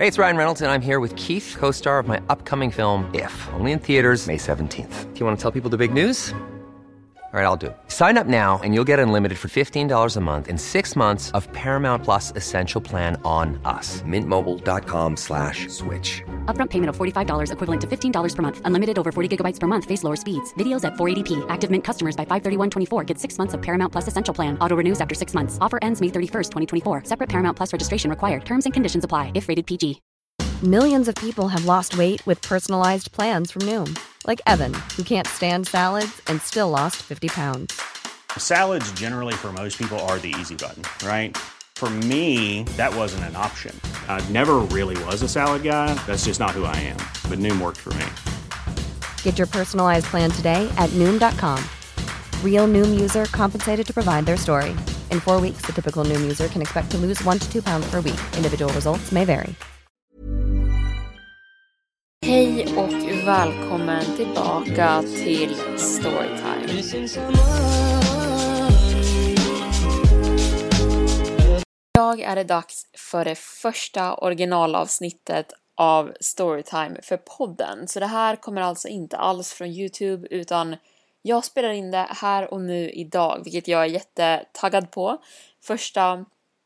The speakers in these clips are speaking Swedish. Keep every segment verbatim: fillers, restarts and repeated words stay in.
Hey, it's Ryan Reynolds, and I'm here with Keith, co-star of my upcoming film, If, only in theaters May seventeenth. Do you want to tell people the big news? All right, I'll do it. Sign up now and you'll get unlimited for fifteen dollars a month and six months of Paramount Plus Essential Plan on us. Mint Mobile dot com slash switch. Upfront payment of forty-five dollars equivalent to fifteen dollars per month. Unlimited over forty gigabytes per month. Face lower speeds. Videos at four eighty p. Active Mint customers by five thirty-one twenty-four get six months of Paramount Plus Essential Plan. Auto renews after six months. Offer ends May thirty-first, twenty twenty-four. Separate Paramount Plus registration required. Terms and conditions apply if rated P G. Millions of people have lost weight with personalized plans from Noom. Like Evan, who can't stand salads and still lost fifty pounds. Salads generally for most people are the easy button, right? For me, that wasn't an option. I never really was a salad guy. That's just not who I am. But Noom worked for me. Get your personalized plan today at Noom dot com. Real Noom user compensated to provide their story. In four weeks, the typical Noom user can expect to lose one to two pounds per week. Individual results may vary. Hej och välkommen tillbaka till Storytime. Idag är det dags för det första originalavsnittet av Storytime för podden. Så det här kommer alltså inte alls från YouTube utan jag spelar in det här och nu idag, vilket jag är jättetaggad på. Första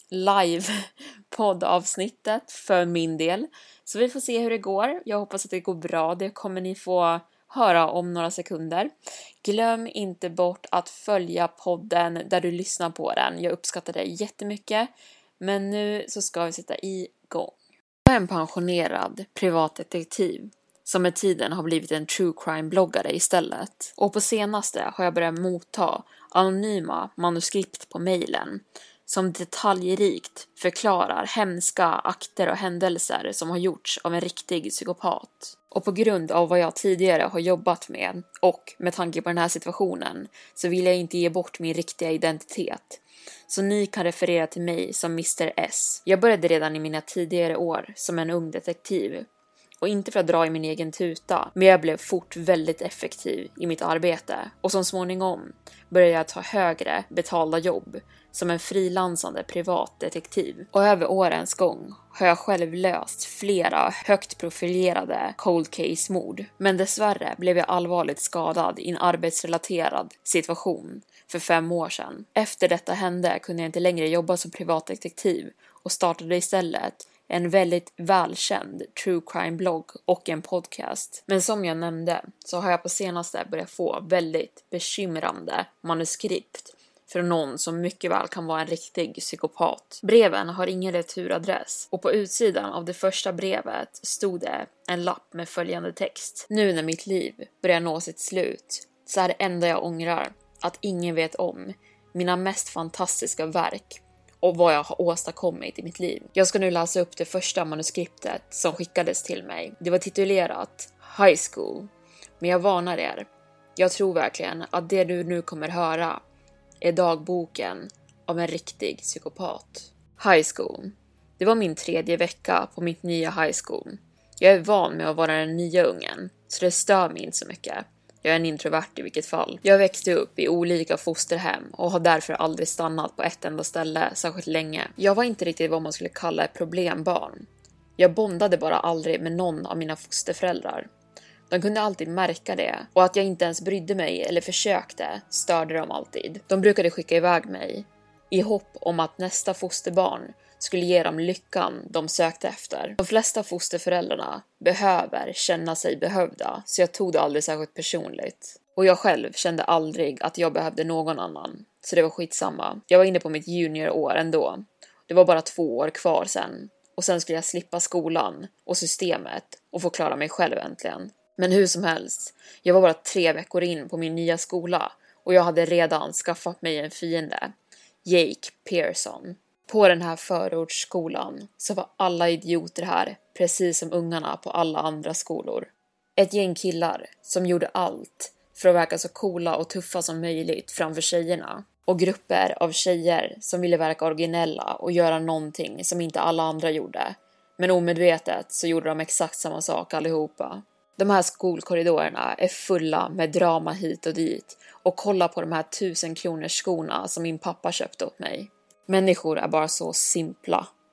live-poddavsnittet för min del. Så vi får se hur det går. Jag hoppas att det går bra. Det kommer ni få höra om några sekunder. Glöm inte bort att följa podden där du lyssnar på den. Jag uppskattar det jättemycket. Men nu så ska vi sätta igång. Jag är en pensionerad privatdetektiv som med tiden har blivit en true crime-bloggare istället. Och på senaste har jag börjat motta anonyma manuskript på mejlen som detaljrikt förklarar hemska akter och händelser som har gjorts av en riktig psykopat. Och på grund av vad jag tidigare har jobbat med och med tanke på den här situationen så vill jag inte ge bort min riktiga identitet. Så ni kan referera till mig som mister S. Jag började redan i mina tidigare år som en ung detektiv. Och inte för att dra i min egen tuta, men jag blev fort väldigt effektiv i mitt arbete. Och som småningom började jag ta högre betalda jobb som en frilansande privatdetektiv. Och över årens gång har jag själv löst flera högt profilerade cold case-mord. Men dessvärre blev jag allvarligt skadad i en arbetsrelaterad situation för fem år sedan. Efter detta hände kunde jag inte längre jobba som privatdetektiv och startade istället en väldigt välkänd true crime-blogg och en podcast. Men som jag nämnde så har jag på senaste börjat få väldigt bekymrande manuskript från någon som mycket väl kan vara en riktig psykopat. Breven har ingen returadress och på utsidan av det första brevet stod det en lapp med följande text. Nu när mitt liv börjar nå sitt slut så är det enda jag ångrar att ingen vet om mina mest fantastiska verk och vad jag har åstadkommit i mitt liv. Jag ska nu läsa upp det första manuskriptet som skickades till mig. Det var titulerat High School. Men jag varnar er. Jag tror verkligen att det du nu kommer höra är dagboken av en riktig psykopat. High School. Det var min tredje vecka på mitt nya high school. Jag är van med att vara den nya ungen, så det stör mig inte så mycket. Jag är en introvert i vilket fall. Jag växte upp i olika fosterhem och har därför aldrig stannat på ett enda ställe särskilt länge. Jag var inte riktigt vad man skulle kalla ett problembarn. Jag bondade bara aldrig med någon av mina fosterföräldrar. De kunde alltid märka det och att jag inte ens brydde mig eller försökte störde dem alltid. De brukade skicka iväg mig i hopp om att nästa fosterbarn skulle ge dem lyckan de sökte efter. De flesta fosterföräldrarna behöver känna sig behövda, så jag tog det aldrig särskilt personligt. Och jag själv kände aldrig att jag behövde någon annan, så det var skitsamma. Jag var inne på mitt juniorår ändå. Det var bara två år kvar sen. Och sen skulle jag slippa skolan och systemet och få klara mig själv äntligen. Men hur som helst, jag var bara tre veckor in på min nya skola och jag hade redan skaffat mig en fiende, Jake Pearson. På den här förortsskolan så var alla idioter här, precis som ungarna på alla andra skolor. Ett gäng killar som gjorde allt för att verka så coola och tuffa som möjligt framför tjejerna. Och grupper av tjejer som ville verka originella och göra någonting som inte alla andra gjorde. Men omedvetet så gjorde de exakt samma sak allihopa. De här skolkorridorerna är fulla med drama hit och dit. Och kolla på de här tusen kronors skorna som min pappa köpte åt mig. Människor är bara så simpla.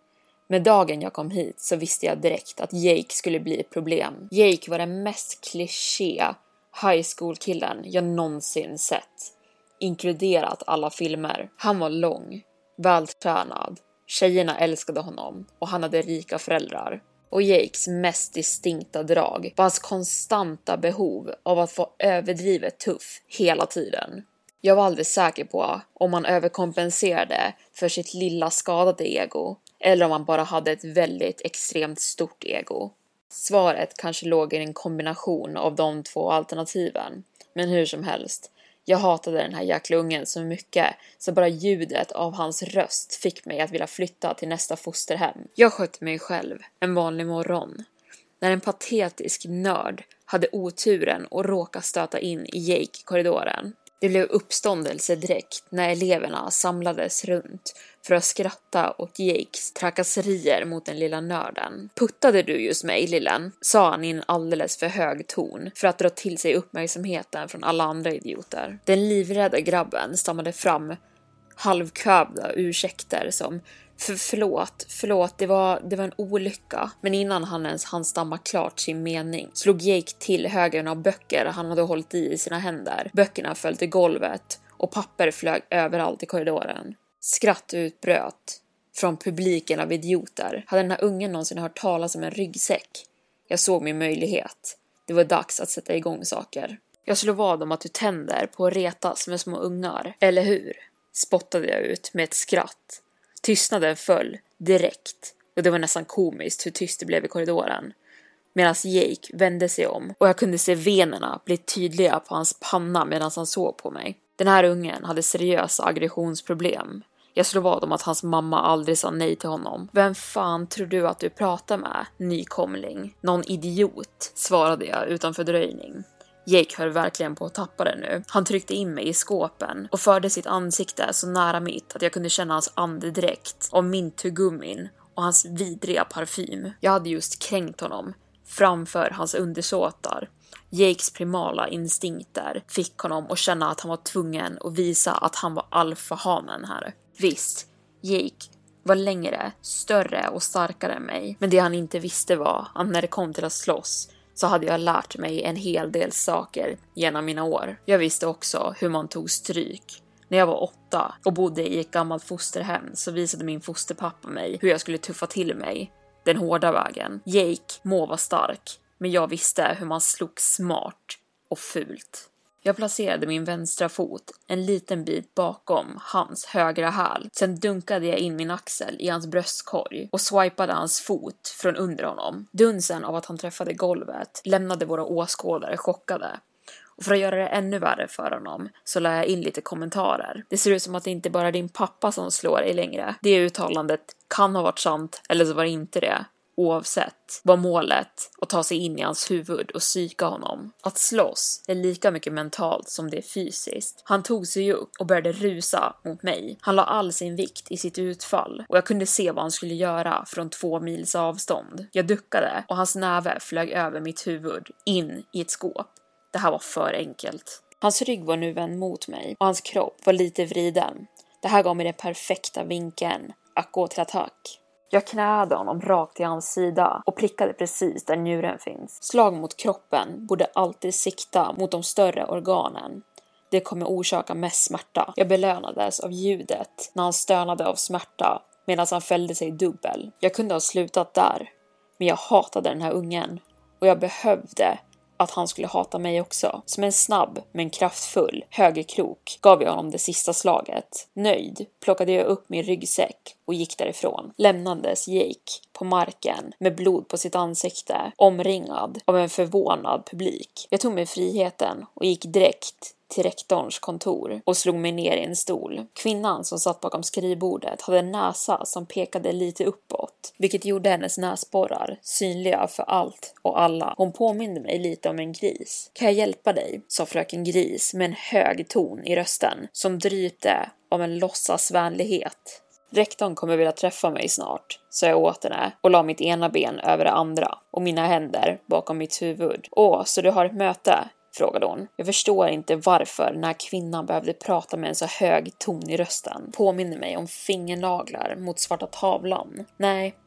Med dagen jag kom hit så visste jag direkt att Jake skulle bli ett problem. Jake var den mest kliché high school killen jag någonsin sett. Inkluderat alla filmer. Han var lång, vältränad. Tjejerna älskade honom och han hade rika föräldrar. Och Jakes mest distinkta drag var hans konstanta behov av att få överdrivet tuff hela tiden. Jag var aldrig säker på om han överkompenserade för sitt lilla skadade ego eller om han bara hade ett väldigt extremt stort ego. Svaret kanske låg i en kombination av de två alternativen. Men hur som helst, jag hatade den här jäkla ungen så mycket så bara ljudet av hans röst fick mig att vilja flytta till nästa fosterhem. Jag skötte mig själv en vanlig morgon när en patetisk nörd hade oturen att råka stöta in i Jake-korridoren. Det blev uppståndelse direkt när eleverna samlades runt för att skratta åt Jakes trakasserier mot den lilla nörden. Puttade du just mig, lillen? Sa han i en alldeles för hög ton för att dra till sig uppmärksamheten från alla andra idioter. Den livrädda grabben stammade fram halvkvävda ursäkter som för, förlåt, förlåt, det var, det var en olycka. Men innan han ens hann stamma klart sin mening slog Jake till högen av böcker han hade hållit i sina händer. Böckerna föll till golvet och papper flög överallt i korridoren. Skratt utbröt från publiken av idioter. Hade den här ungen någonsin hört talas om en ryggsäck? Jag såg min möjlighet. Det var dags att sätta igång saker. Jag slår vad om att du tänder på att retas med små ungar, eller hur? Spottade jag ut med ett skratt. Tystnaden föll direkt och det var nästan komiskt hur tyst det blev i korridoren. Medan Jake vände sig om och jag kunde se venerna bli tydliga på hans panna medan han såg på mig. Den här ungen hade seriösa aggressionsproblem. Jag slog vad om att hans mamma aldrig sa nej till honom. Vem fan tror du att du pratar med, nykomling? Någon idiot, svarade jag utan fördröjning. Jake höll verkligen på att tappa det nu. Han tryckte in mig i skåpen och förde sitt ansikte så nära mitt att jag kunde känna hans andedräkt av min tuggummin och hans vidriga parfym. Jag hade just kränkt honom framför hans undersåtar. Jakes primala instinkter fick honom att känna att han var tvungen att visa att han var alfahanen här. Visst, Jake var längre, större och starkare än mig. Men det han inte visste var att när det kom till att slåss så hade jag lärt mig en hel del saker genom mina år. Jag visste också hur man tog stryk. När jag var åtta och bodde i ett gammalt fosterhem så visade min fosterpappa mig hur jag skulle tuffa till mig den hårda vägen. Jake må vara stark, men jag visste hur man slog smart och fult. Jag placerade min vänstra fot en liten bit bakom hans högra häl. Sen dunkade jag in min axel i hans bröstkorg och swipade hans fot från under honom. Dunsen av att han träffade golvet lämnade våra åskådare chockade. Och för att göra det ännu värre för honom så la jag in lite kommentarer. Det ser ut som att det inte bara är din pappa som slår dig längre. Det uttalandet kan ha varit sant eller så var det inte det. Oavsett var målet att ta sig in i hans huvud och psyka honom. Att slåss är lika mycket mentalt som det är fysiskt. Han tog sig upp och började rusa mot mig. Han la all sin vikt i sitt utfall och jag kunde se vad han skulle göra från två mils avstånd. Jag duckade och hans näve flög över mitt huvud in i ett skåp. Det här var för enkelt. Hans rygg var nu vänd mot mig och hans kropp var lite vriden. Det här gav mig den perfekta vinkeln att gå till attack. Jag knäade honom rakt i hans sida och prickade precis där njuren finns. Slag mot kroppen borde alltid sikta mot de större organen. Det kommer orsaka mest smärta. Jag belönades av ljudet när han stönade av smärta medan han fällde sig dubbel. Jag kunde ha slutat där, men jag hatade den här ungen och jag behövde att han skulle hata mig också. Som en snabb men kraftfull högerkrok gav jag honom det sista slaget. Nöjd plockade jag upp min ryggsäck och gick därifrån. Lämnandes Jake på marken med blod på sitt ansikte, omringad av en förvånad publik. Jag tog mig friheten och gick direkt till rektorns kontor och slog mig ner i en stol. Kvinnan som satt bakom skrivbordet hade en näsa som pekade lite uppåt, vilket gjorde hennes näsborrar synliga för allt och alla. Hon påminde mig lite om en gris. Kan jag hjälpa dig? Sa fröken Gris med en hög ton i rösten som drypte av en låtsasvänlighet. Rektorn kommer vilja träffa mig snart, sa jag åt henne och la mitt ena ben över det andra och mina händer bakom mitt huvud. Åh, så du har ett möte? Frågade hon. Jag förstår inte varför den här kvinnan behövde prata med en så hög ton i rösten. Påminner mig om fingernaglar mot svarta tavlan. Nej,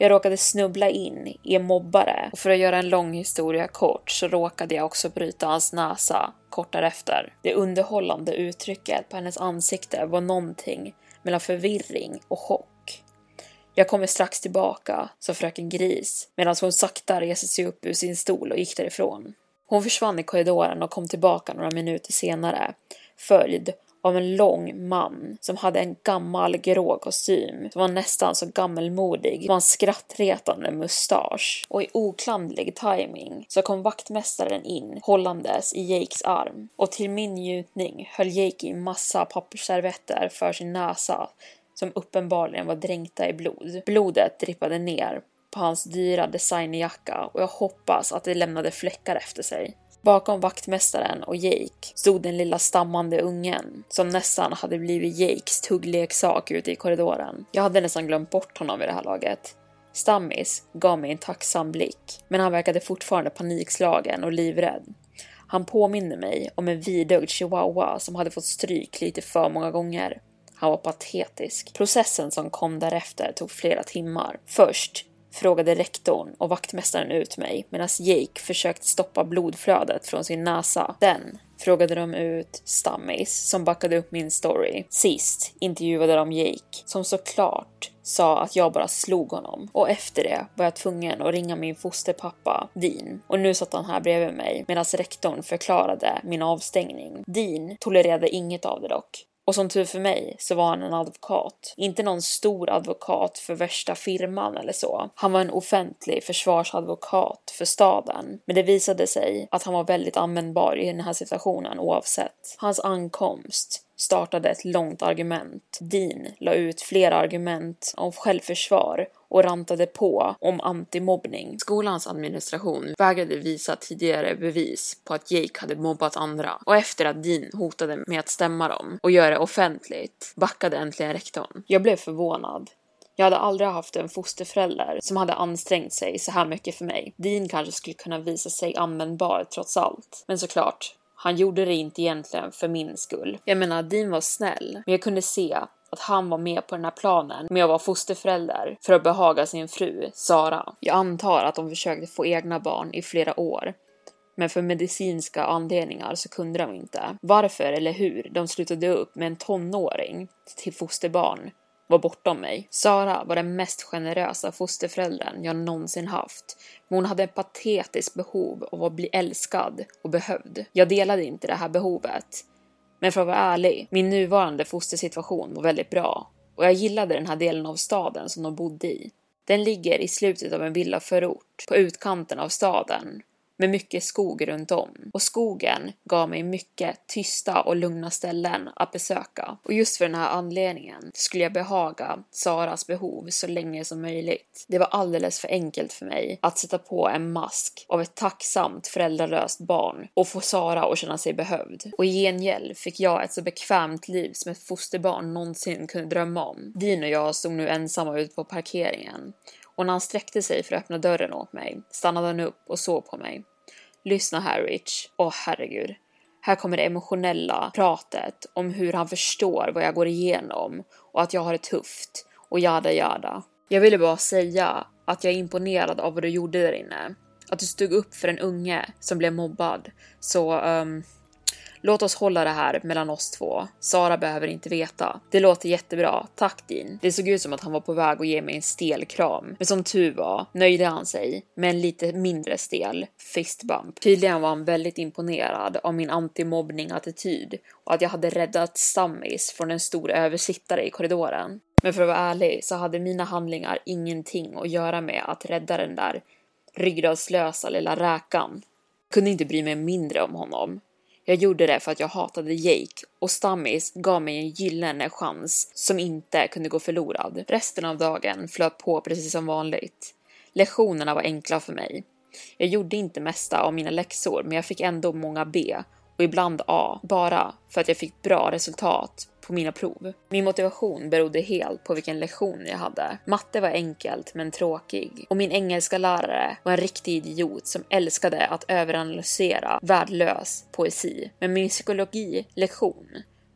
Jag råkade snubbla in i en mobbare och för att göra en lång historia kort så råkade jag också bryta hans näsa kort därefter. Det underhållande uttrycket på hennes ansikte var någonting mellan förvirring och chock. Jag kommer strax tillbaka, sa fröken Gris, medan hon sakta reste sig upp ur sin stol och gick därifrån. Hon försvann i korridoren och kom tillbaka några minuter senare, följd av en lång man som hade en gammal grå kostym som var nästan så gammelmodig som en skrattretande mustasch. Och i oklandlig timing så kom vaktmästaren in hållandes i Jakes arm. Och till min njutning höll Jake i massa pappersservetter för sin näsa som uppenbarligen var dränkta i blod. Blodet drippade ner på hans dyra designjacka och jag hoppas att det lämnade fläckar efter sig. Bakom vaktmästaren och Jake stod den lilla stammande ungen som nästan hade blivit Jakes tuggleksak ute i korridoren. Jag hade nästan glömt bort honom i det här laget. Stammis gav mig en tacksam blick, men han verkade fortfarande panikslagen och livrädd. Han påminner mig om en vidögd chihuahua som hade fått stryk lite för många gånger. Han var patetisk. Processen som kom därefter tog flera timmar. Först frågade rektorn och vaktmästaren ut mig medan Jake försökte stoppa blodflödet från sin näsa. Den frågade de ut Stammis som backade upp min story. Sist intervjuade de Jake som såklart sa att jag bara slog honom. Och efter det var jag tvungen att ringa min fosterpappa Dean. Och nu satt han här bredvid mig medan rektorn förklarade min avstängning. Dean tolererade inget av det dock. Och som tur för mig så var han en advokat. Inte någon stor advokat för värsta firman eller så. Han var en offentlig försvarsadvokat för staden. Men det visade sig att han var väldigt användbar i den här situationen oavsett. Hans ankomst startade ett långt argument. Dean la ut flera argument om självförsvar och rantade på om antimobbning. Skolans administration vägrade visa tidigare bevis på att Jake hade mobbat andra. Och efter att Dean hotade med att stämma dem och göra det offentligt backade äntligen rektorn. Jag blev förvånad. Jag hade aldrig haft en fosterförälder som hade ansträngt sig så här mycket för mig. Dean kanske skulle kunna visa sig användbar trots allt. Men såklart, han gjorde det inte egentligen för min skull. Jag menar, Dean var snäll, men jag kunde se att han var med på den här planen med att vara fosterförälder för att behaga sin fru, Sara. Jag antar att de försökte få egna barn i flera år. Men för medicinska anledningar så kunde de inte. Varför eller hur de slutade upp med en tonåring till fosterbarn var bortom mig. Sara var den mest generösa fosterföräldern jag någonsin haft. Men hon hade ett patetiskt behov av att bli älskad och behövd. Jag delade inte det här behovet. Men för att vara ärlig, min nuvarande fostersituation var väldigt bra. Och jag gillade den här delen av staden som de bodde i. Den ligger i slutet av en villaförort på utkanten av staden. Med mycket skog runt om. Och skogen gav mig mycket tysta och lugna ställen att besöka. Och just för den här anledningen skulle jag behaga Saras behov så länge som möjligt. Det var alldeles för enkelt för mig att sätta på en mask av ett tacksamt föräldralöst barn och få Sara att känna sig behövd. Och i gengäld fick jag ett så bekvämt liv som ett fosterbarn någonsin kunde drömma om. Dean och jag stod nu ensamma ute på parkeringen. Och när han sträckte sig för att öppna dörren åt mig stannade han upp och såg på mig. Lyssna här, Rich. Åh herregud. Här kommer det emotionella pratet om hur han förstår vad jag går igenom och att jag har det tufft och jada jada. Jag ville bara säga att jag är imponerad av vad du gjorde där inne. Att du stod upp för en unge som blev mobbad. Så um, låt oss hålla det här mellan oss två. Sara behöver inte veta. Det låter jättebra. Tack Dean. Det såg ut som att han var på väg att ge mig en stel kram. Men som tur var nöjde han sig med en lite mindre stel fistbump. Tydligen var han väldigt imponerad av min antimobbning-attityd och att jag hade räddat Stammis från en stor översittare i korridoren. Men för att vara ärlig så hade mina handlingar ingenting att göra med att rädda den där ryggradslösa lilla räkan. Jag kunde inte bry mig mindre om honom. Jag gjorde det för att jag hatade Jake och Stammis gav mig en gyllene chans som inte kunde gå förlorad. Resten av dagen flöt på precis som vanligt. Lektionerna var enkla för mig. Jag gjorde inte mesta av mina läxor men jag fick ändå många B och ibland A bara för att jag fick bra resultat på mina prov. Min motivation berodde helt på vilken lektion jag hade. Matte var enkelt men tråkig. Och min engelska lärare var en riktig idiot som älskade att överanalysera värdelös poesi. Men min psykologi-lektion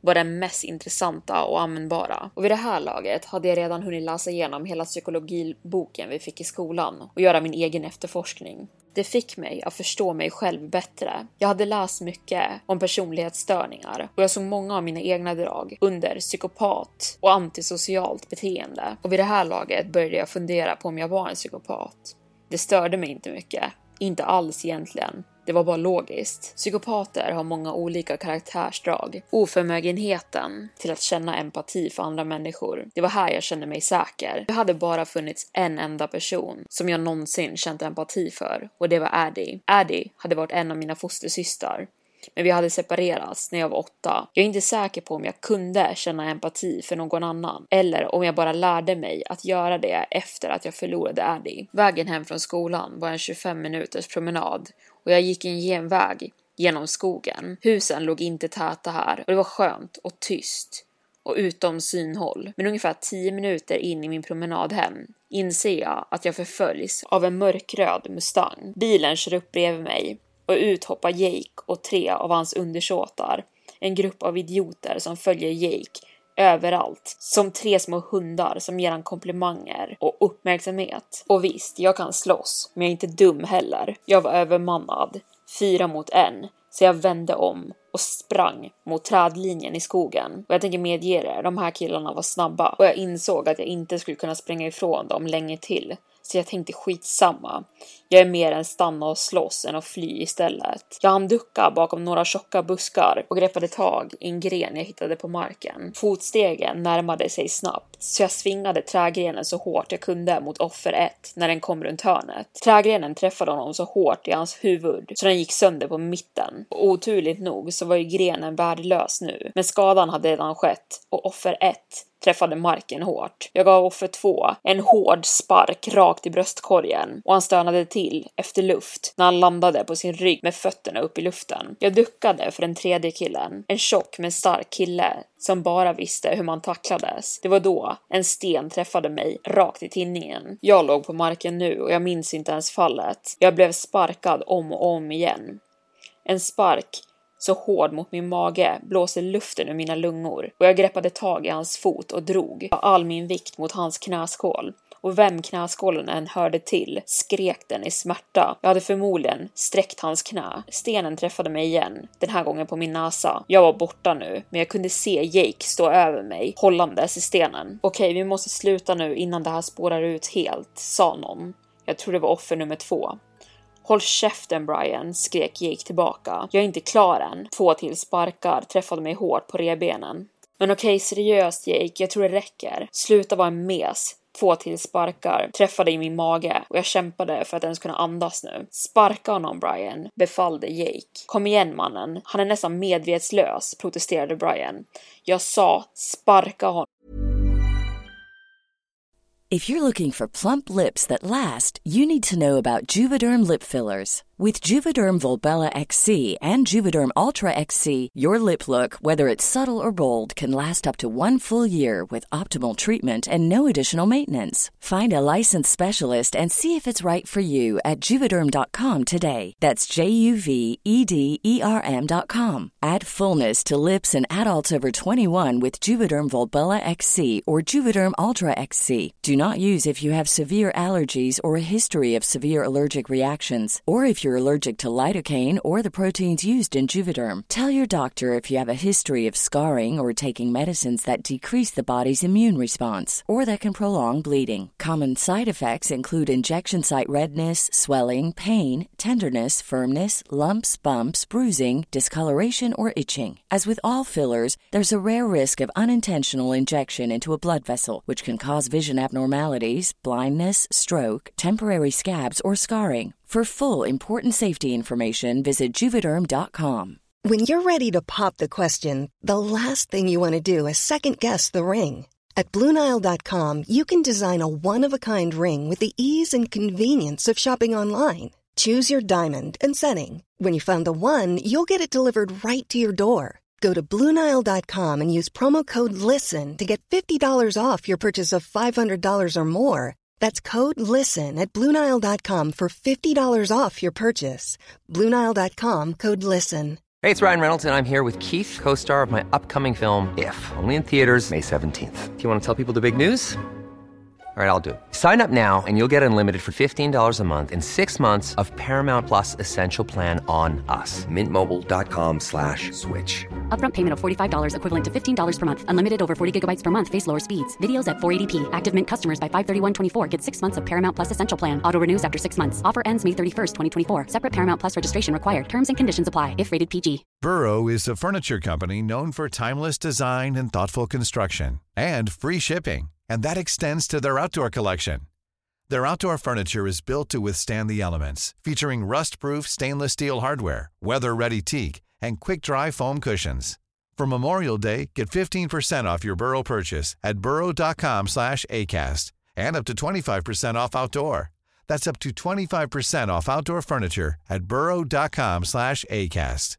var den mest intressanta och användbara. Och vid det här laget hade jag redan hunnit läsa igenom hela psykologiboken vi fick i skolan och göra min egen efterforskning. Det fick mig att förstå mig själv bättre. Jag hade läst mycket om personlighetsstörningar och jag såg många av mina egna drag under psykopat och antisocialt beteende. Och vid det här laget började jag fundera på om jag var en psykopat. Det störde mig inte mycket. Inte alls egentligen. Det var bara logiskt. Psykopater har många olika karaktärsdrag. Oförmögenheten till att känna empati för andra människor. Det var här jag kände mig säker. Det hade bara funnits en enda person som jag någonsin känt empati för. Och det var Addie. Addie hade varit en av mina fostersystrar. Men vi hade separerats när jag var åtta. Jag är inte säker på om jag kunde känna empati för någon annan. Eller om jag bara lärde mig att göra det efter att jag förlorade Addie. Vägen hem från skolan var en tjugofem minuters promenad. Och jag gick en genväg genom skogen. Husen låg inte täta här. Och det var skönt och tyst. Och utom synhåll. Men ungefär tio minuter in i min promenad hem inser jag att jag förföljs av en mörkröd Mustang. Bilen kör upp bredvid mig. Och ut hoppar Jake och tre av hans undersåtar. En grupp av idioter som följer Jake överallt. Som tre små hundar som ger han komplimanger och uppmärksamhet. Och visst, jag kan slåss, men jag är inte dum heller. Jag var övermannad, fyra mot en. Så jag vände om och sprang mot trädlinjen i skogen. Och jag tänker medge det, de här killarna var snabba. Och jag insåg att jag inte skulle kunna springa ifrån dem länge till. Så jag tänkte skitsamma. Jag är mer än stanna och slåss än att fly istället. Jag hann ducka bakom några tjocka buskar och greppade tag i en gren jag hittade på marken. Fotstegen närmade sig snabbt, så jag svingade trägrenen så hårt jag kunde mot offer ett när den kom runt hörnet. Trägrenen träffade honom så hårt i hans huvud så den gick sönder på mitten. Och oturligt nog så var ju grenen värdelös nu, men skadan hade redan skett och offer ett träffade marken hårt. Jag gav offer två en hård spark rakt i bröstkorgen och han stönade till efter luft när han landade på sin rygg med fötterna upp i luften. Jag duckade för den tredje killen. En tjock men stark kille som bara visste hur man tacklades. Det var då en sten träffade mig rakt i tinningen. Jag låg på marken nu och jag minns inte ens fallet. Jag blev sparkad om och om igen. En spark så hård mot min mage blåste luften ur mina lungor och jag greppade tag i hans fot och drog all min vikt mot hans knäskål. Och vem knäskålen än hörde till skrek den i smärta. Jag hade förmodligen sträckt hans knä. Stenen träffade mig igen, den här gången på min näsa. Jag var borta nu, men jag kunde se Jake stå över mig, hållandes i stenen. Okej, vi måste sluta nu innan det här spårar ut helt, sa någon. Jag tror det var offer nummer två. Håll käften Brian, skrek Jake tillbaka. Jag är inte klar än. Två till sparkar träffade mig hårt på revbenen. Men okej, seriöst Jake, jag tror det räcker. Sluta vara en mes. Två till sparkar träffade i min mage och jag kämpade för att ens kunna andas nu. Sparka honom Brian, befallde Jake. Kom igen mannen, han är nästan medvetslös, protesterade Brian. Jag sa sparka honom. If you're looking for plump lips that last, you need to know about Juvederm lip fillers. With Juvederm Volbella X C and Juvederm Ultra X C, your lip look, whether it's subtle or bold, can last up to one full year with optimal treatment and no additional maintenance. Find a licensed specialist and see if it's right for you at juvederm dot com today. That's J U V E D E R M dot com. Add fullness to lips in adults over twenty-one with Juvederm Volbella X C or Juvederm Ultra X C. Do not use if you have severe allergies or a history of severe allergic reactions, or if you're allergic to lidocaine or the proteins used in Juvederm. Tell your doctor if you have a history of scarring or taking medicines that decrease the body's immune response or that can prolong bleeding. Common side effects include injection site redness, swelling, pain, tenderness, firmness, lumps, bumps, bruising, discoloration, or itching. As with all fillers, there's a rare risk of unintentional injection into a blood vessel, which can cause vision abnormalities, blindness, stroke, temporary scabs, or scarring. For full, important safety information, visit Juvederm dot com. When you're ready to pop the question, the last thing you want to do is second-guess the ring. At Blue Nile dot com, you can design a one-of-a-kind ring with the ease and convenience of shopping online. Choose your diamond and setting. When you find the one, you'll get it delivered right to your door. Go to Blue Nile dot com and use promo code LISTEN to get fifty dollars off your purchase of five hundred dollars or more. That's code LISTEN at Blue Nile dot com for fifty dollars off your purchase. Blue Nile dot com, code LISTEN. Hey, it's Ryan Reynolds, and I'm here with Keith, co-star of my upcoming film, If, only in theaters May seventeenth. Do you want to tell people the big news? All right, I'll do it. Sign up now and you'll get unlimited for fifteen dollars a month and six months of Paramount Plus Essential Plan on us. Mint Mobile dot com slash switch. Upfront payment of forty-five dollars equivalent to fifteen dollars per month. Unlimited over forty gigabytes per month. Face lower speeds. Videos at four eighty p. Active Mint customers by five thirty-one twenty-four get six months of Paramount Plus Essential Plan. Auto renews after six months. Offer ends May thirty-first, twenty twenty-four. Separate Paramount Plus registration required. Terms and conditions apply if rated P G. Burrow is a furniture company known for timeless design and thoughtful construction and free shipping. And that extends to their outdoor collection. Their outdoor furniture is built to withstand the elements, featuring rust-proof stainless steel hardware, weather-ready teak, and quick-dry foam cushions. For Memorial Day, get fifteen percent off your Burrow purchase at burrow dot com slash acast and up to twenty-five percent off outdoor. That's up to twenty-five percent off outdoor furniture at burrow dot com slash acast.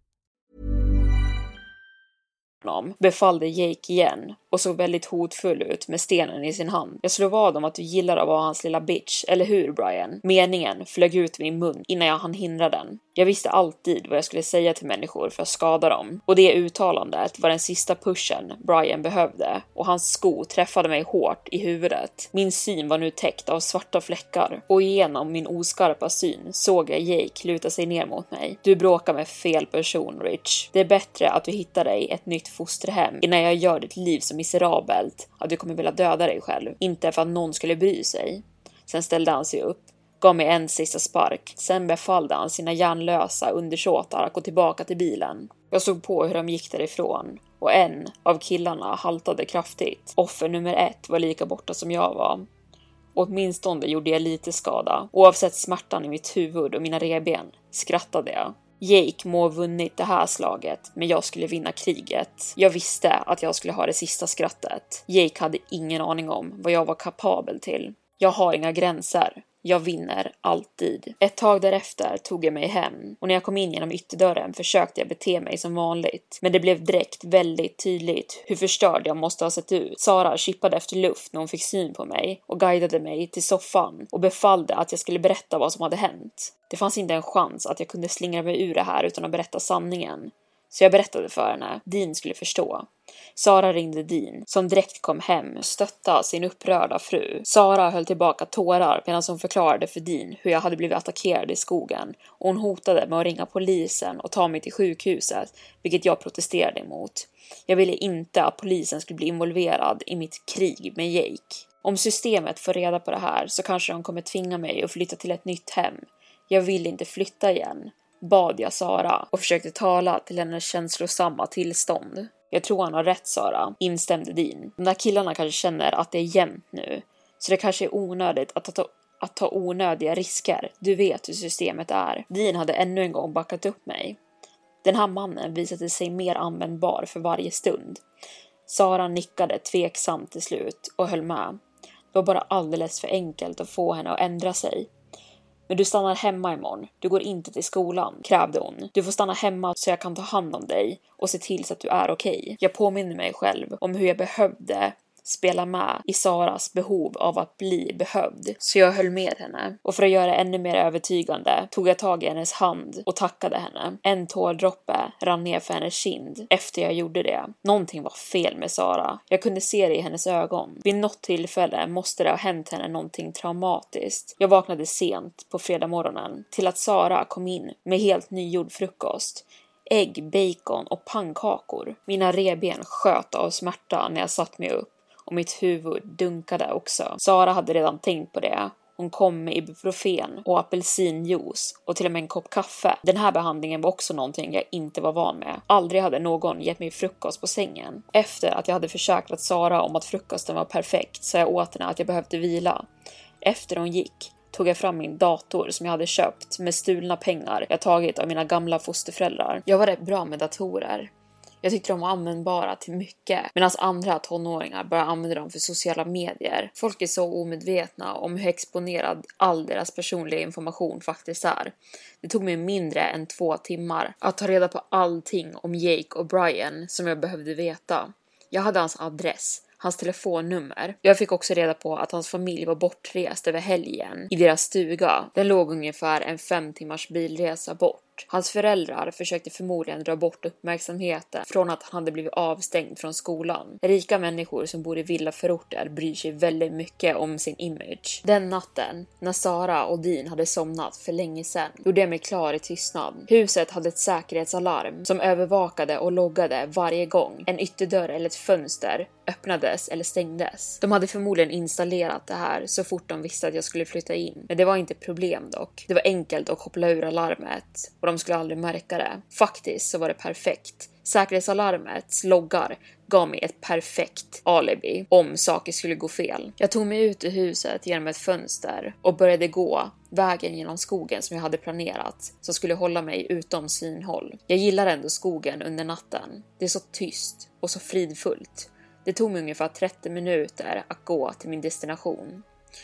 Befallde Jake igen och såg väldigt hotfull ut med stenen i sin hand. Jag slog vad om att du gillar att vara hans lilla bitch, eller hur Brian? Meningen flög ut min mun innan jag hann hindra den. Jag visste alltid vad jag skulle säga till människor för att skada dem. Och det uttalandet var den sista pushen Brian behövde, och hans sko träffade mig hårt i huvudet. Min syn var nu täckt av svarta fläckar, och genom min oskarpa syn såg jag Jake luta sig ner mot mig. Du bråkar med fel person, Rich. Det är bättre att du hittar dig ett nytt fosterhem innan jag gör ditt liv så miserabelt att du kommer vilja döda dig själv. Inte för att någon skulle bry sig. Sen ställde han sig upp, gav mig en sista spark. Sen befallde han sina hjärnlösa undersåtar att gå tillbaka till bilen. Jag såg på hur de gick därifrån, och en av killarna haltade kraftigt. Offer nummer ett var lika borta som jag var. Och åtminstone gjorde jag lite skada. Oavsett smärtan i mitt huvud och mina revben skrattade jag. Jake må ha vunnit det här slaget, men jag skulle vinna kriget. Jag visste att jag skulle ha det sista skrattet. Jake hade ingen aning om vad jag var kapabel till. Jag har inga gränser. Jag vinner alltid. Ett tag därefter tog jag mig hem, och när jag kom in genom ytterdörren försökte jag bete mig som vanligt. Men det blev direkt väldigt tydligt hur förstörd jag måste ha sett ut. Sara chippade efter luft när hon fick syn på mig och guidade mig till soffan och befallde att jag skulle berätta vad som hade hänt. Det fanns inte en chans att jag kunde slingra mig ur det här utan att berätta sanningen. Så jag berättade för henne. Dean skulle förstå. Sara ringde Dean, som direkt kom hem och stöttade sin upprörda fru. Sara höll tillbaka tårar medan hon förklarade för Dean hur jag hade blivit attackerad i skogen. Och hon hotade med att ringa polisen och ta mig till sjukhuset, vilket jag protesterade emot. Jag ville inte att polisen skulle bli involverad i mitt krig med Jake. Om systemet får reda på det här så kanske de kommer tvinga mig att flytta till ett nytt hem. Jag vill inte flytta igen, bad jag Sara och försökte tala till hennes känslosamma tillstånd. Jag tror han har rätt, Sara, instämde Dean. De där killarna kanske känner att det är jämnt nu, så det kanske är onödigt att ta, att ta onödiga risker. Du vet hur systemet är. Dean hade ännu en gång backat upp mig. Den här mannen visade sig mer användbar för varje stund. Sara nickade tveksamt till slut och höll med. Det var bara alldeles för enkelt att få henne att ändra sig. Men du stannar hemma imorgon. Du går inte till skolan, krävde hon. Du får stanna hemma så jag kan ta hand om dig och se till så att du är okej. Jag påminner mig själv om hur jag behövde spela med i Saras behov av att bli behövd. Så jag höll med henne. Och för att göra det ännu mer övertygande tog jag tag i hennes hand och tackade henne. En tårdroppe rann ner för hennes kind efter jag gjorde det. Någonting var fel med Sara. Jag kunde se det i hennes ögon. Vid något tillfälle måste det ha hänt henne någonting traumatiskt. Jag vaknade sent på fredag morgonen till att Sara kom in med helt nygjord frukost. Ägg, bacon och pannkakor. Mina revben sköt av smärta när jag satt mig upp. Och mitt huvud dunkade också. Sara hade redan tänkt på det. Hon kom med ibuprofen och apelsinjuice och till och med en kopp kaffe. Den här behandlingen var också någonting jag inte var van med. Aldrig hade någon gett mig frukost på sängen. Efter att jag hade försäkrat Sara om att frukosten var perfekt sa jag åt henne att jag behövde vila. Efter hon gick tog jag fram min dator som jag hade köpt med stulna pengar jag tagit av mina gamla fosterföräldrar. Jag var rätt bra med datorer. Jag tyckte de var användbara till mycket, medan andra tonåringar bara använder dem för sociala medier. Folk är så omedvetna om hur exponerad all deras personliga information faktiskt är. Det tog mig mindre än två timmar att ta reda på allting om Jake och Brian som jag behövde veta. Jag hade hans adress, hans telefonnummer. Jag fick också reda på att hans familj var bortrest över helgen i deras stuga. Den låg ungefär en fem timmars bilresa bort. bort. Hans föräldrar försökte förmodligen dra bort uppmärksamheten från att han hade blivit avstängd från skolan. Rika människor som bor i villaförorter bryr sig väldigt mycket om sin image. Den natten, när Sara och Dean hade somnat för länge sedan, gjorde jag mig klar i tystnad. Huset hade ett säkerhetsalarm som övervakade och loggade varje gång en ytterdörr eller ett fönster öppnades eller stängdes. De hade förmodligen installerat det här så fort de visste att jag skulle flytta in. Men det var inte problem dock. Det var enkelt att koppla ur alarmet och de skulle aldrig märka det. Faktiskt så var det perfekt. Säkerhetsalarmets loggar gav mig ett perfekt alibi om saker skulle gå fel. Jag tog mig ut ur huset genom ett fönster och började gå vägen genom skogen som jag hade planerat, som skulle hålla mig utom synhåll. Jag gillar ändå skogen under natten. Det är så tyst och så fridfullt. Det tog mig ungefär trettio minuter att gå till min destination.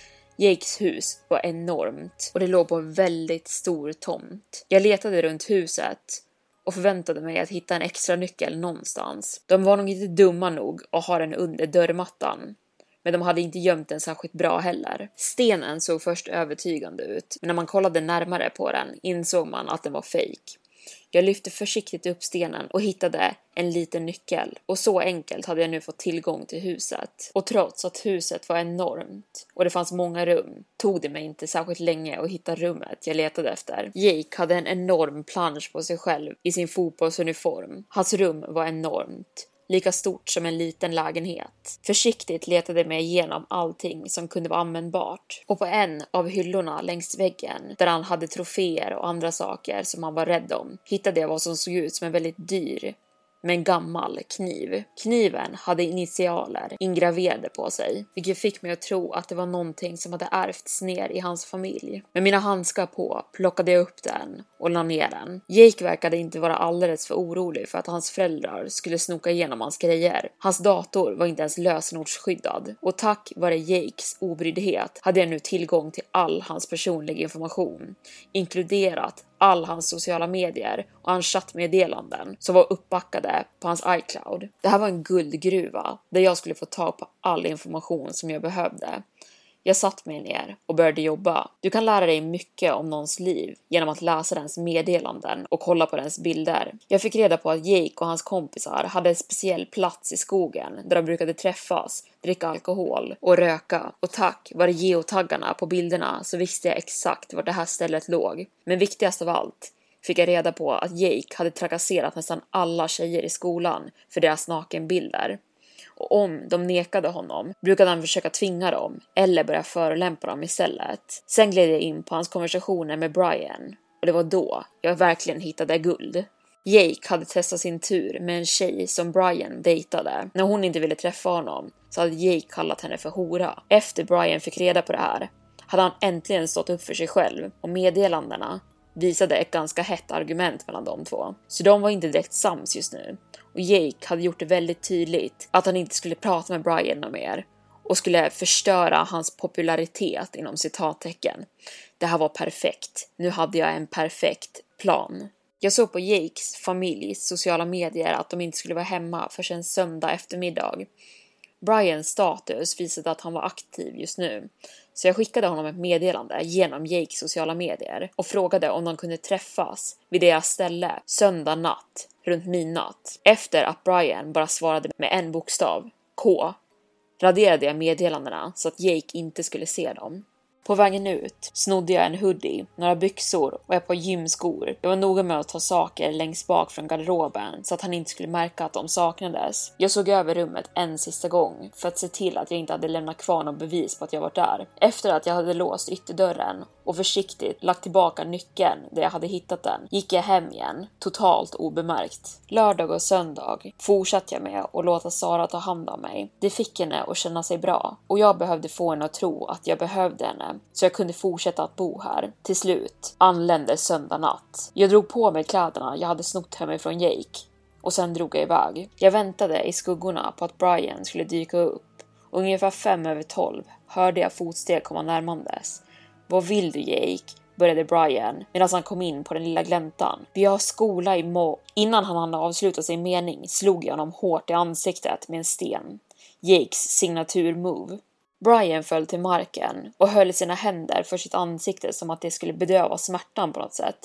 Jakes hus var enormt och det låg på en väldigt stor tomt. Jag letade runt huset och förväntade mig att hitta en extra nyckel någonstans. De var nog inte dumma nog att ha den under dörrmattan. Men de hade inte gömt den särskilt bra heller. Stenen såg först övertygande ut, men när man kollade närmare på den insåg man att den var fake. Jag lyfte försiktigt upp stenen och hittade en liten nyckel. Och så enkelt hade jag nu fått tillgång till huset. Och trots att huset var enormt och det fanns många rum, tog det mig inte särskilt länge att hitta rummet jag letade efter. Jake hade en enorm plansch på sig själv i sin fotbollsuniform. Hans rum var enormt. Lika stort som en liten lägenhet. Försiktigt letade jag mig igenom allting som kunde vara användbart. Och på en av hyllorna längs väggen, där han hade troféer och andra saker som han var rädd om, hittade jag vad som såg ut som en väldigt dyr men gammal kniv. Kniven hade initialer ingraverade på sig, vilket fick mig att tro att det var någonting som hade ärvts ner i hans familj. Med mina handskar på plockade jag upp den och la ner den. Jake verkade inte vara alldeles för orolig för att hans föräldrar skulle snoka igenom hans grejer. Hans dator var inte ens lösenordsskyddad, och tack vare Jakes obryddhet hade jag nu tillgång till all hans personliga information, inkluderat all hans sociala medier och hans chattmeddelanden som var uppbackade på hans iCloud. Det här var en guldgruva där jag skulle få tag på all information som jag behövde. Jag satt mig ner och började jobba. Du kan lära dig mycket om någons liv genom att läsa dens meddelanden och kolla på dens bilder. Jag fick reda på att Jake och hans kompisar hade en speciell plats i skogen där de brukade träffas, dricka alkohol och röka. Och tack vare geotaggarna på bilderna så visste jag exakt var det här stället låg. Men viktigast av allt fick jag reda på att Jake hade trakasserat nästan alla tjejer i skolan för deras nakenbilder. Och om de nekade honom brukade han försöka tvinga dem eller börja förolämpa dem istället. Sen gled jag in på hans konversationer med Brian, och det var då jag verkligen hittade guld. Jake hade testat sin tur med en tjej som Brian dejtade. När hon inte ville träffa honom så hade Jake kallat henne för hora. Efter Brian fick reda på det här hade han äntligen stått upp för sig själv, och meddelandena visade ett ganska hett argument mellan de två. Så de var inte direkt sams just nu. Och Jake hade gjort det väldigt tydligt att han inte skulle prata med Brian mer och skulle förstöra hans popularitet inom citattecken. Det här var perfekt. Nu hade jag en perfekt plan. Jag såg på Jakes familjs sociala medier att de inte skulle vara hemma för en söndag eftermiddag. Brians status visade att han var aktiv just nu. Så jag skickade honom ett meddelande genom Jakes sociala medier och frågade om de kunde träffas vid deras ställe söndag natt runt midnatt. Efter att Brian bara svarade med en bokstav, K, raderade jag meddelandena så att Jake inte skulle se dem. På vägen ut snodde jag en hoodie, några byxor och ett par gymskor. Jag var noga med att ta saker längst bak från garderoben så att han inte skulle märka att de saknades. Jag såg över rummet en sista gång för att se till att jag inte hade lämnat kvar någon bevis på att jag var där. Efter att jag hade låst ytterdörren och försiktigt lagt tillbaka nyckeln där jag hade hittat den, gick jag hem igen, totalt obemärkt. Lördag och söndag fortsatte jag med att låta Sara ta hand om mig. Det fick henne att känna sig bra, och jag behövde få henne att tro att jag behövde henne, så jag kunde fortsätta att bo här. Till slut anlände söndag natt. Jag drog på mig kläderna jag hade snott hemifrån Jake, och sen drog jag iväg. Jag väntade i skuggorna på att Brian skulle dyka upp, och ungefär fem över tolv hörde jag fotsteg komma närmandes. Vad vill du, Jake? Började Brian medan han kom in på den lilla gläntan. Vi har skola imorgon. Innan han hade avslutat sin mening slog jag honom hårt i ansiktet med en sten. Jakes signaturmove. Brian föll till marken och höll sina händer för sitt ansikte som att det skulle bedöva smärtan på något sätt.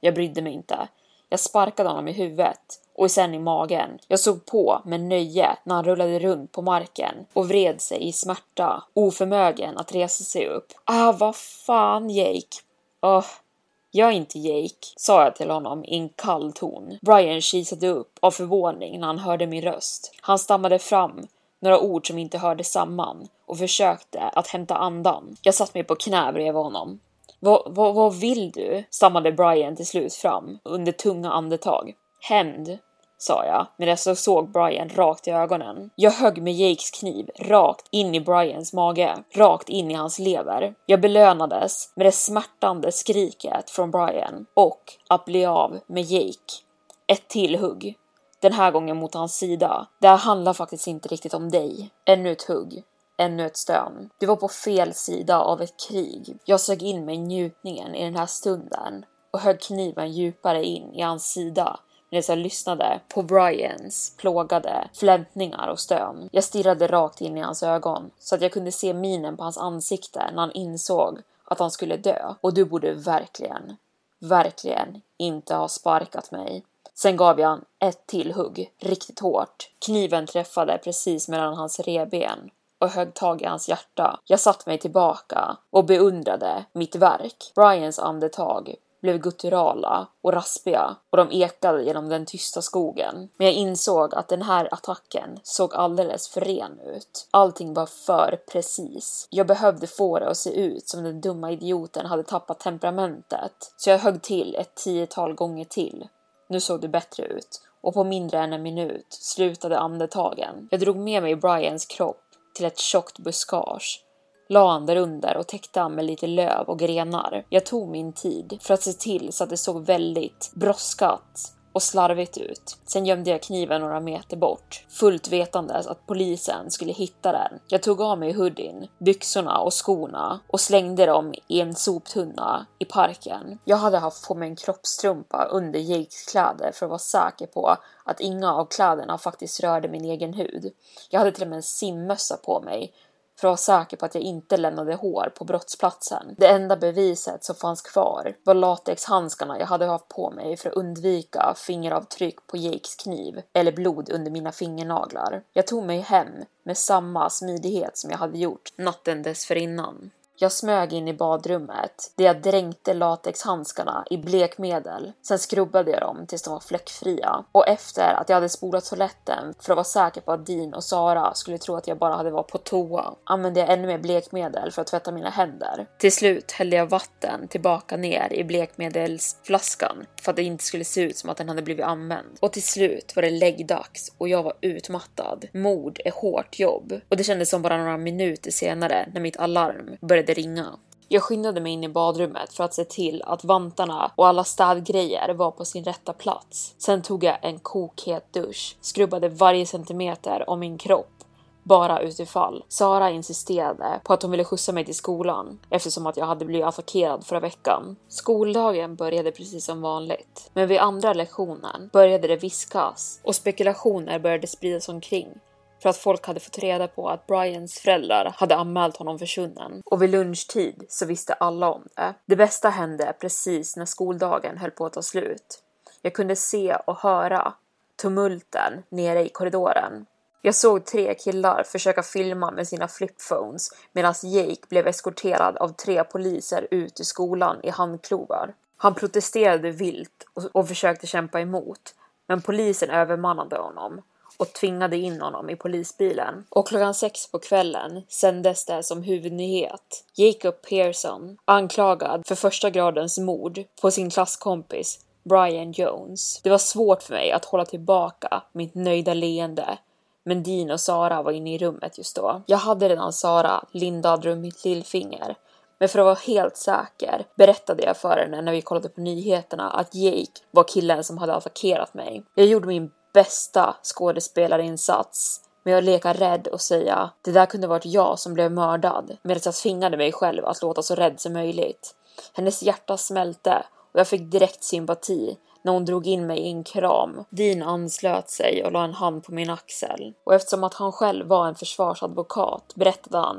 Jag brydde mig inte. Jag sparkade honom i huvudet och sen i magen. Jag såg på med nöje när han rullade runt på marken och vred sig i smärta, oförmögen att resa sig upp. Ah, vad fan, Jake. Åh, oh, jag är inte Jake, sa jag till honom i en kall ton. Brian kisade upp av förvåning när han hörde min röst. Han stammade fram några ord som inte hörde samman och försökte att hämta andan. Jag satt mig på knä bredvid honom. Vad, vad, vad vill du? Stammade Brian till slut fram under tunga andetag. Hämnd, sa jag, medan jag såg Brian rakt i ögonen. Jag högg med Jakes kniv rakt in i Brians mage, rakt in i hans lever. Jag belönades med det smärtande skriket från Brian och att bli av med Jake. Ett till hugg. Den här gången mot hans sida. Det här handlar faktiskt inte riktigt om dig. Ännu ett hugg. Ännu ett stön. Du var på fel sida av ett krig. Jag sög in mig i njutningen i den här stunden och högg kniven djupare in i hans sida medan jag lyssnade på Brians plågade flämtningar och stön. Jag stirrade rakt in i hans ögon så att jag kunde se minen på hans ansikte när han insåg att han skulle dö. Och du borde verkligen, verkligen inte ha sparkat mig. Sen gav jag han ett till hugg, riktigt hårt. Kniven träffade precis mellan hans revben och högg tag i hans hjärta. Jag satt mig tillbaka och beundrade mitt verk. Brians andetag blev gutturala och raspiga och de ekade genom den tysta skogen. Men jag insåg att den här attacken såg alldeles för ren ut. Allting var för precis. Jag behövde få det att se ut som den dumma idioten hade tappat temperamentet. Så jag högg till ett tiotal gånger till. Nu såg det bättre ut. Och på mindre än en minut slutade andetagen. Jag drog med mig Brians kropp till ett tjockt buskage. La han där under och täckte han med lite löv och grenar. Jag tog min tid för att se till så att det såg väldigt brådskat och slarvigt ut. Sen gömde jag kniven några meter bort, fullt vetandes att polisen skulle hitta den. Jag tog av mig hoodien, byxorna och skorna och slängde dem i en soptunna i parken. Jag hade haft på mig en kroppstrumpa under Jakes kläder för att vara säker på att inga av kläderna faktiskt rörde min egen hud. Jag hade till och med en simmössa på mig för att vara säker på att jag inte lämnade hår på brottsplatsen. Det enda beviset som fanns kvar var latexhandskarna jag hade haft på mig för att undvika fingeravtryck på Jakes kniv eller blod under mina fingernaglar. Jag tog mig hem med samma smidighet som jag hade gjort natten dessförinnan. Jag smög in i badrummet där jag dränkte latexhandskarna i blekmedel. Sen skrubbade jag dem tills de var fläckfria. Och efter att jag hade spolat toaletten för att vara säker på att Dean och Sara skulle tro att jag bara hade varit på toa, använde jag ännu mer blekmedel för att tvätta mina händer. Till slut hällde jag vatten tillbaka ner i blekmedelsflaskan för att det inte skulle se ut som att den hade blivit använd. Och till slut var det läggdags och jag var utmattad. Mord är hårt jobb. Och det kändes som bara några minuter senare när mitt alarm började ringa. Jag skyndade mig in i badrummet för att se till att vantarna och alla städgrejer var på sin rätta plats. Sen tog jag en kokhet dusch, skrubbade varje centimeter om min kropp, bara utifall. Sara insisterade på att hon ville skjutsa mig till skolan eftersom att jag hade blivit attackerad förra veckan. Skoldagen började precis som vanligt, men vid andra lektionen började det viskas och spekulationer började spridas omkring. För att folk hade fått reda på att Brians föräldrar hade anmält honom försvunnen. Och vid lunchtid så visste alla om det. Det bästa hände precis när skoldagen höll på att ta slut. Jag kunde se och höra tumulten nere i korridoren. Jag såg tre killar försöka filma med sina flipphones medan Jake blev eskorterad av tre poliser ut i skolan i handklovar. Han protesterade vilt och, och försökte kämpa emot, men polisen övermannade honom och tvingade in honom i polisbilen. Och klockan sex på kvällen sändes det som huvudnyhet. Jacob Pearson, anklagad för första gradens mord på sin klasskompis Brian Jones. Det var svårt för mig att hålla tillbaka mitt nöjda leende, men Dean och Sara var inne i rummet just då. Jag hade redan Sara lindad runt mitt lillfinger, men för att vara helt säker berättade jag för henne när vi kollade på nyheterna att Jake var killen som hade attackerat mig. Jag gjorde min bästa skådespelarinsats med att leka rädd och säga det där kunde varit jag som blev mördad, medan jag tvingade mig själv att låta så rädd som möjligt. Hennes hjärta smälte och jag fick direkt sympati när hon drog in mig i en kram. Dean anslöt sig och la en hand på min axel. Och eftersom att han själv var en försvarsadvokat berättade han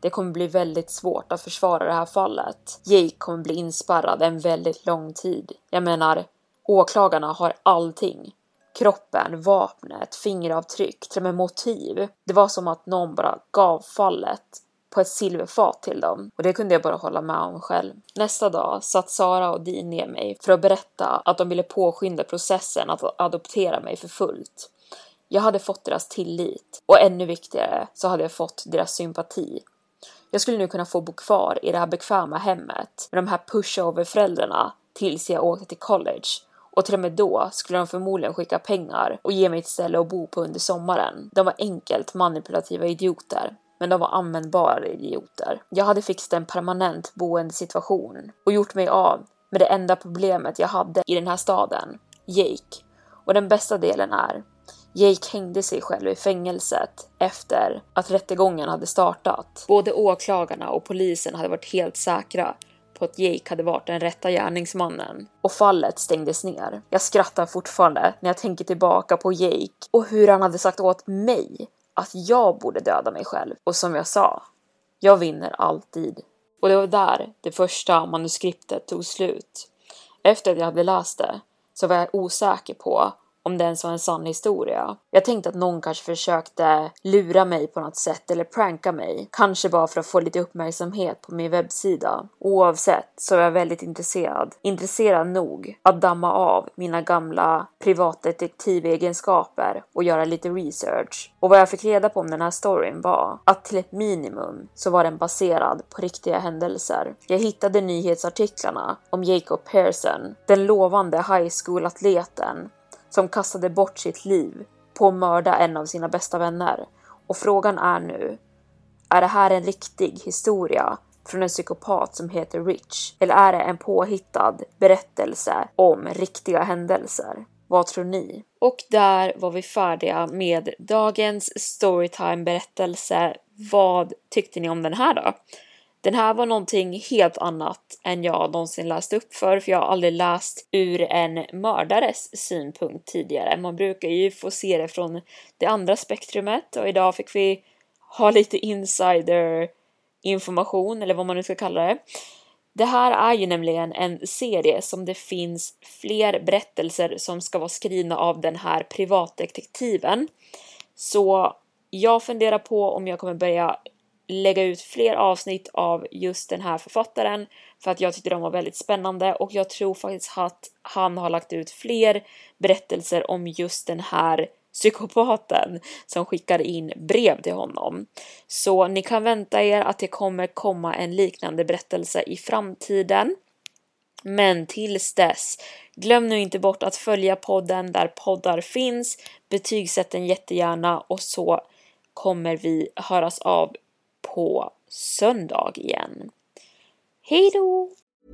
Det kommer bli väldigt svårt att försvara det här fallet. Jake kommer bli inspärrad en väldigt lång tid. Jag menar, åklagarna har allting. Kroppen, vapnet, fingeravtryck, till och med motiv. Det var som att någon bara gav fallet på ett silverfat till dem. Och det kunde jag bara hålla med om själv. Nästa dag satt Sara och Dean ner mig för att berätta att de ville påskynda processen att adoptera mig för fullt. Jag hade fått deras tillit. Och ännu viktigare så hade jag fått deras sympati. Jag skulle nu kunna få bo kvar i det här bekväma hemmet med de här pushover-föräldrarna tills jag åkte till college. Och till och med då skulle de förmodligen skicka pengar och ge mig ett ställe att bo på under sommaren. De var enkelt manipulativa idioter. Men de var användbara idioter. Jag hade fixat en permanent boendesituation och gjort mig av med det enda problemet jag hade i den här staden. Jake. Och den bästa delen är, Jake hängde sig själv i fängelset efter att rättegången hade startat. Både åklagarna och polisen hade varit helt säkra på att Jake hade varit den rätta gärningsmannen. Och fallet stängdes ner. Jag skrattar fortfarande när jag tänker tillbaka på Jake och hur han hade sagt åt mig att jag borde döda mig själv. Och som jag sa, jag vinner alltid. Och det var där det första manuskriptet tog slut. Efter att jag hade läst det så var jag osäker på om det ens var en sann historia. Jag tänkte att någon kanske försökte lura mig på något sätt eller pranka mig. Kanske bara för att få lite uppmärksamhet på min webbsida. Oavsett så är jag väldigt intresserad. Intresserad nog att damma av mina gamla privatdetektivegenskaper och göra lite research. Och vad jag fick reda på om den här storyn var att till ett minimum så var den baserad på riktiga händelser. Jag hittade nyhetsartiklarna om Jacob Pearson, den lovande high school-atleten som kastade bort sitt liv på att mörda en av sina bästa vänner. Och frågan är nu, är det här en riktig historia från en psykopat som heter Rich? Eller är det en påhittad berättelse om riktiga händelser? Vad tror ni? Och där var vi färdiga med dagens Storytime-berättelse. Vad tyckte ni om den här då? Den här var någonting helt annat än jag någonsin läst upp för, för jag har aldrig läst ur en mördares synpunkt tidigare. Man brukar ju få se det från det andra spektrumet och idag fick vi ha lite insider-information eller vad man nu ska kalla det. Det här är ju nämligen en serie som det finns fler berättelser som ska vara skrivna av den här privatdetektiven. Så jag funderar på om jag kommer börja lägga ut fler avsnitt av just den här författaren för att jag tyckte de var väldigt spännande och jag tror faktiskt att han har lagt ut fler berättelser om just den här psykopaten som skickade in brev till honom. Så ni kan vänta er att det kommer komma en liknande berättelse i framtiden. Men tills dess, glöm nu inte bort att följa podden där poddar finns. Betygsätt den jättegärna och så kommer vi höras av på söndag igen. Hej då!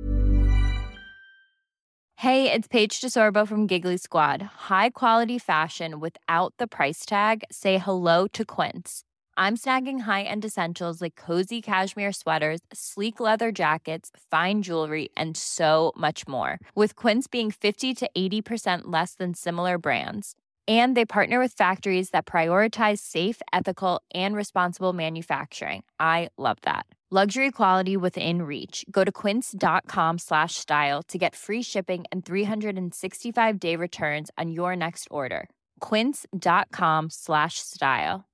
Hey, it's Paige DeSorbo from Giggly Squad. High quality fashion without the price tag. Say hello to Quince. I'm snagging high-end essentials like cozy cashmere sweaters, sleek leather jackets, fine jewelry, and so much more. With Quince being fifty to eighty percent less than similar brands. And they partner with factories that prioritize safe, ethical, and responsible manufacturing. I love that. Luxury quality within reach. Go to quince.com slash style to get free shipping and three sixty-five day returns on your next order. Quince.com slash style.